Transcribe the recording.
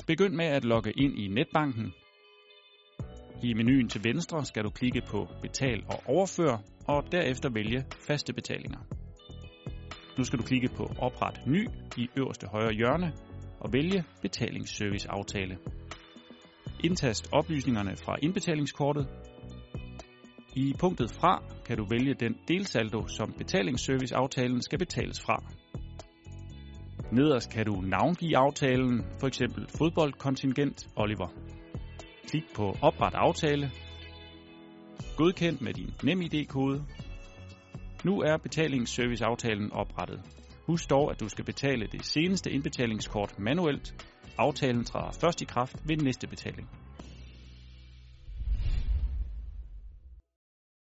Begynd med at logge ind i netbanken. I menuen til venstre skal du klikke på Betal og overfør, og derefter vælge faste betalinger. Nu skal du klikke på Opret ny i øverste højre hjørne og vælge Betalingsserviceaftale. Indtast oplysningerne fra indbetalingskortet. I punktet Fra kan du vælge den delsaldo, som betalingsserviceaftalen skal betales fra. Nederst kan du navngive aftalen, f.eks. fodboldkontingent Oliver. Klik på Opret aftale. Godkend med din NemID-kode. Nu er betalingsserviceaftalen oprettet. Husk dog, at du skal betale det seneste indbetalingskort manuelt. Aftalen træder først i kraft ved næste betaling.